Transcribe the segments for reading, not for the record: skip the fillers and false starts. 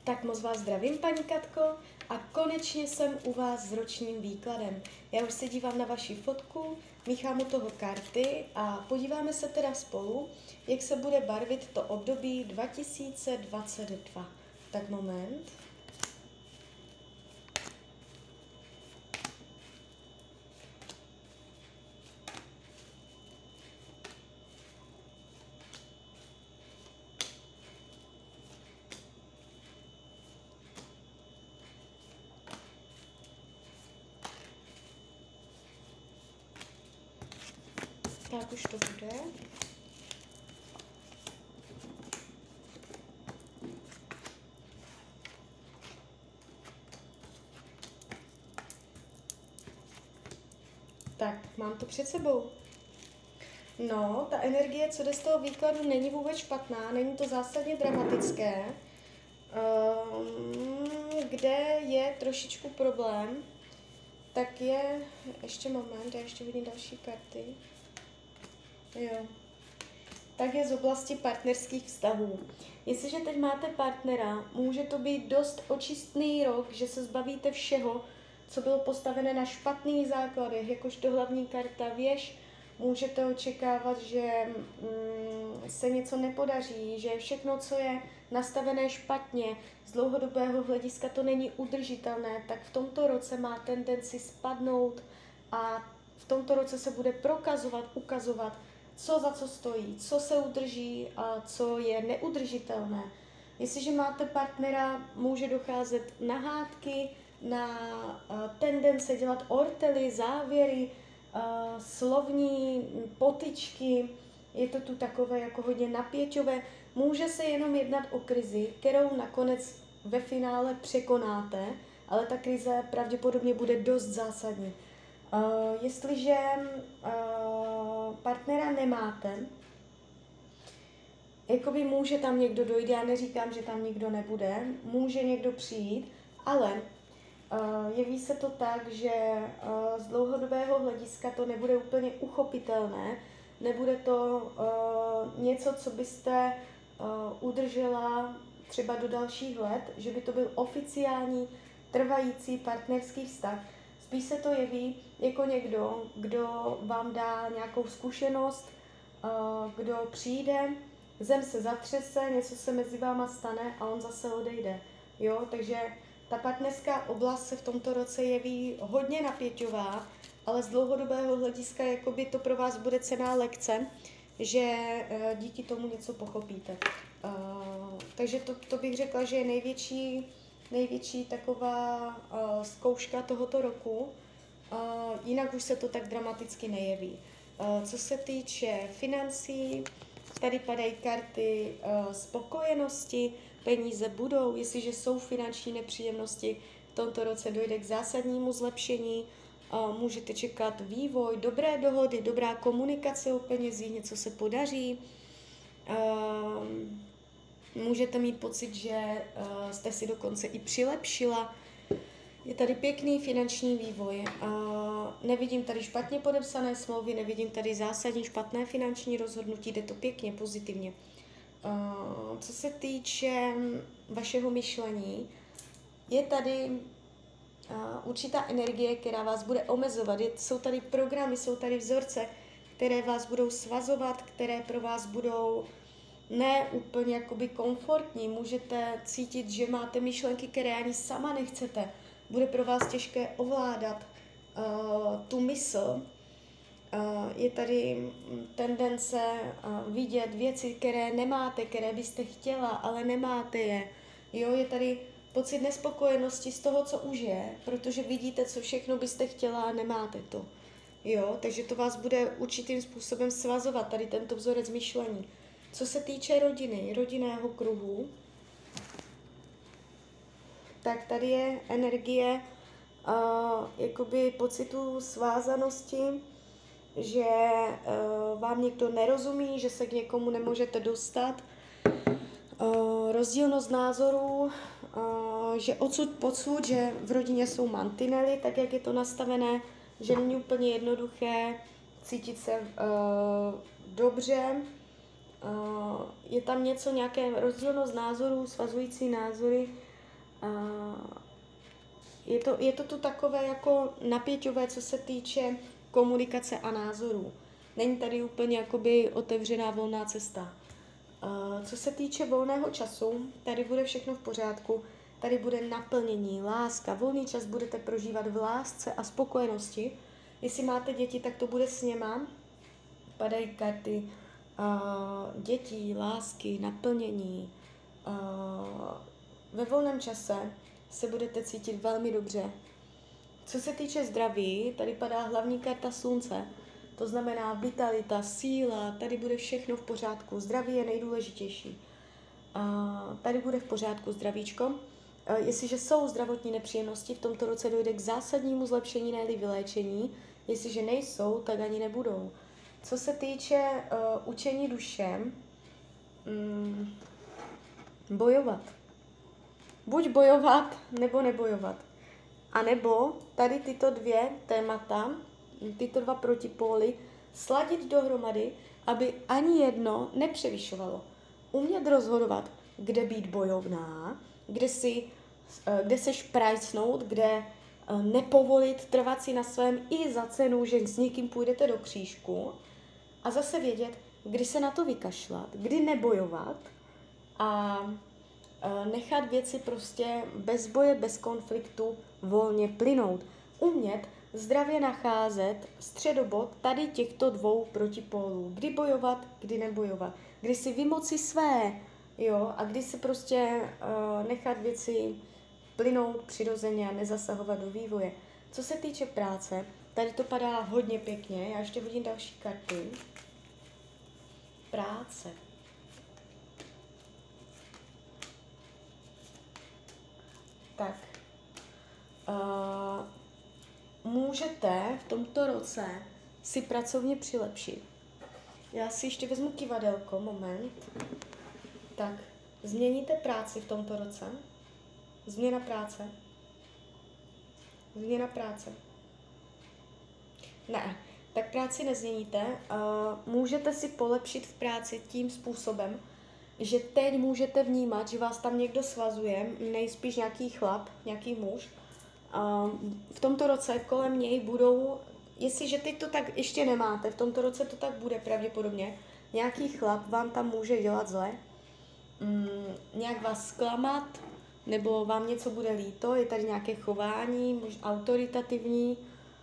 Tak moc vás zdravím, paní Katko, a konečně jsem u vás s ročním výkladem. Já už se dívám na vaši fotku, míchám u toho karty a podíváme se teda spolu, jak se bude barvit to období 2022. Tak moment. Tak už to bude. Tak, mám to před sebou. No, ta energie, co jde z toho výkladu, není vůbec špatná, není to zásadně dramatické. Kde je trošičku problém, tak je, ještě moment, já ještě vidím další karty. Jo. Tak je z oblasti partnerských vztahů. Jestliže teď máte partnera, může to být dost očistný rok, že se zbavíte všeho, co bylo postavené na špatných základech, jakožto hlavní karta věž. Můžete očekávat, že se něco nepodaří, že všechno, co je nastavené špatně, z dlouhodobého hlediska to není udržitelné, tak v tomto roce má tendenci spadnout a v tomto roce se bude ukazovat, co za co stojí, co se udrží a co je neudržitelné. Jestliže máte partnera, může docházet na hádky, na tendence dělat ortely, závěry, slovní potyčky, je to tu takové jako hodně napěťové. Může se jenom jednat o krizi, kterou nakonec ve finále překonáte, ale ta krize pravděpodobně bude dost zásadní. Jestliže partnera nemáte, jakoby může tam někdo dojít, já neříkám, že tam nikdo nebude, může někdo přijít, ale jeví se to tak, že z dlouhodobého hlediska to nebude úplně uchopitelné, nebude to něco, co byste udržela třeba do dalších let, že by to byl oficiální, trvající partnerský vztah. Spíš se to jeví jako někdo, kdo vám dá nějakou zkušenost, kdo přijde, zem se zatřese, něco se mezi váma stane a on zase odejde. Jo? Takže ta partnerská oblast se v tomto roce jeví hodně napěťová, ale z dlouhodobého hlediska jakoby to pro vás bude cenná lekce, že díky tomu něco pochopíte. Takže to bych řekla, že je největší taková zkouška tohoto roku. Jinak už se to tak dramaticky nejeví. Co se týče financí, tady padají karty spokojenosti, peníze budou, jestliže jsou finanční nepříjemnosti, v tomto roce dojde k zásadnímu zlepšení, můžete čekat vývoj, dobré dohody, dobrá komunikace o penězích, něco se podaří. Můžete mít pocit, že jste si dokonce i přilepšila. Je tady pěkný finanční vývoj. Nevidím tady špatně podepsané smlouvy, nevidím tady zásadní špatné finanční rozhodnutí, jde to pěkně, pozitivně. Co se týče vašeho myšlení, je tady určitá energie, která vás bude omezovat. Jsou tady programy, jsou tady vzorce, které vás budou svazovat, které pro vás budou ne úplně jakoby komfortní. Můžete cítit, že máte myšlenky, které ani sama nechcete. Bude pro vás těžké ovládat tu mysl. Je tady tendence vidět věci, které nemáte, které byste chtěla, ale nemáte je. Jo, je tady pocit nespokojenosti z toho, co už je, protože vidíte, co všechno byste chtěla a nemáte to. Jo, takže to vás bude určitým způsobem svazovat, tady tento vzorec myšlení. Co se týče rodiny, rodinného kruhu, tak tady je energie jakoby pocitu svázanosti, že vám někdo nerozumí, že se k někomu nemůžete dostat, rozdílnost názorů, že odsud pocud, že v rodině jsou mantinely, tak jak je to nastavené, že není úplně jednoduché cítit se dobře. Je tam něco, nějaké rozdílnost názorů, svazující názory, Je to tu takové jako napěťové, co se týče komunikace a názorů. Není tady úplně jakoby otevřená volná cesta. Co se týče volného času, tady bude všechno v pořádku. Tady bude naplnění, láska. Volný čas budete prožívat v lásce a spokojenosti. Jestli máte děti, tak to bude s něma. Padají karty dětí, lásky, naplnění. Ve volném čase se budete cítit velmi dobře. Co se týče zdraví, tady padá hlavní karta slunce. To znamená vitalita, síla, tady bude všechno v pořádku. Zdraví je nejdůležitější. Tady bude v pořádku zdravíčko. Jestliže jsou zdravotní nepříjemnosti, v tomto roce dojde k zásadnímu zlepšení, ne-li vyléčení. Jestliže nejsou, tak ani nebudou. Co se týče učení duše, bojovat. Buď bojovat, nebo nebojovat. A nebo tady tyto dvě témata, tyto dva protipóly, sladit dohromady, aby ani jedno nepřevyšovalo. Umět rozhodovat, kde být bojovná, kde se šprajcnout, kde nepovolit, trvat si na svém i za cenu, že s někým půjdete do křížku, a zase vědět, kdy se na to vykašlat, kdy nebojovat a nechat věci prostě bez boje, bez konfliktu volně plynout. Umět zdravě nacházet středobod tady těchto dvou protipólů. Kdy bojovat, kdy nebojovat. Kdy si vymoci své, jo, a kdy si prostě nechat věci plynout přirozeně a nezasahovat do vývoje. Co se týče práce, tady to padá hodně pěkně. Já ještě hodím další karty. Práce. Tak. Můžete v tomto roce si pracovně přilepšit. Já si ještě vezmu kivadelko, moment. Tak, změníte práci v tomto roce? Změna práce? Změna práce? Ne, tak práci nezměníte. Můžete si polepšit v práci tím způsobem, že teď můžete vnímat, že vás tam někdo svazuje, nejspíš nějaký chlap, nějaký muž. V tomto roce kolem něj budou, jestliže teď to tak ještě nemáte, v tomto roce to tak bude pravděpodobně, nějaký chlap vám tam může dělat zle, nějak vás zklamat, nebo vám něco bude líto, je tady nějaké chování, autoritativní.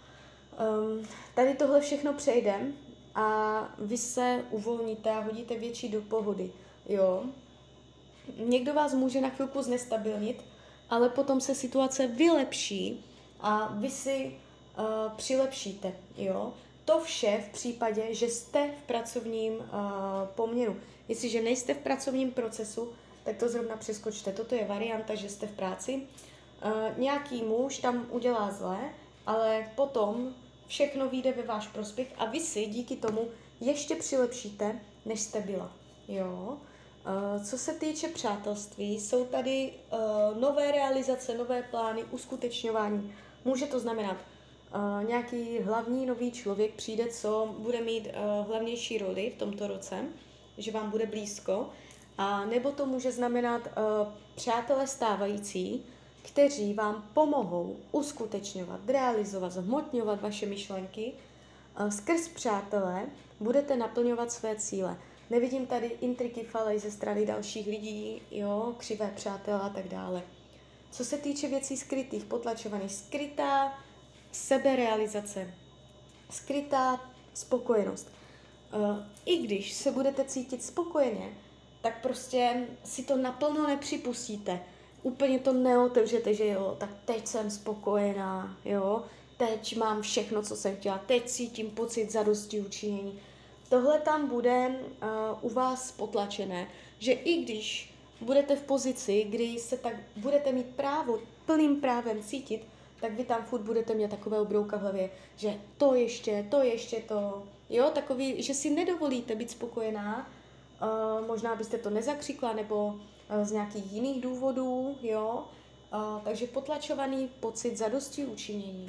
Tady tohle všechno přejde a vy se uvolníte a hodíte větší do pohody. Jo. Někdo vás může na chvilku znestabilnit, ale potom se situace vylepší a vy si přilepšíte. Jo. To vše v případě, že jste v pracovním poměru. Jestliže nejste v pracovním procesu, tak to zrovna přeskočte. Toto je varianta, že jste v práci. Nějaký muž tam udělá zlé, ale potom všechno vyjde ve váš prospěch a vy si díky tomu ještě přilepšíte, než jste byla. Jo. Co se týče přátelství, jsou tady nové realizace, nové plány, uskutečňování. Může to znamenat, nějaký hlavní nový člověk přijde, co bude mít hlavnější roli v tomto roce, že vám bude blízko, a nebo to může znamenat přátelé stávající, kteří vám pomohou uskutečňovat, realizovat, zhmotňovat vaše myšlenky. Skrz přátelé budete naplňovat své cíle. Nevidím tady intriky falej ze strany dalších lidí, jo, křivé přátelé a tak dále. Co se týče věcí skrytých, potlačovaných, skrytá seberealizace, skrytá spokojenost. I když se budete cítit spokojeně, tak prostě si to naplno nepřipustíte. Úplně to neotevřete, že jo, tak teď jsem spokojená, jo, teď mám všechno, co jsem chtěla, teď cítím pocit zadostiučinění. Tohle tam bude u vás potlačené, že i když budete v pozici, kdy se tak budete mít právo, plným právem cítit, tak vy tam furt budete mít takové obrouka v hlavě, že to ještě, jo, takový, že si nedovolíte být spokojená, možná byste to nezakřikla, nebo z nějakých jiných důvodů, jo, takže potlačovaný pocit zadostiučinění.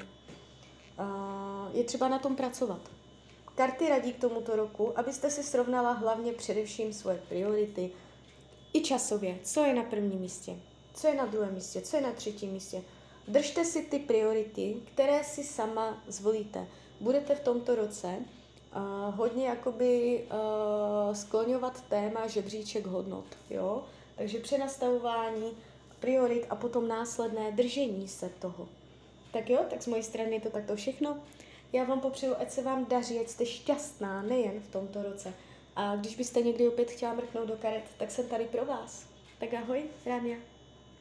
Je třeba na tom pracovat. Karty radí k tomuto roku, abyste si srovnala hlavně především svoje priority i časově, co je na prvním místě. co je na druhém místě, co je na třetím místě. Držte si ty priority, které si sama zvolíte. Budete v tomto roce hodně jakoby skloňovat téma žebříček hodnot, jo? Takže přenastavování priorit a potom následné držení se toho. Tak jo, tak z mojej strany je to takto všechno. Já vám popřeju, ať se vám daří, ať jste šťastná nejen v tomto roce. A když byste někdy opět chtěla mrknout do karet, tak jsem tady pro vás. Tak ahoj, Rania.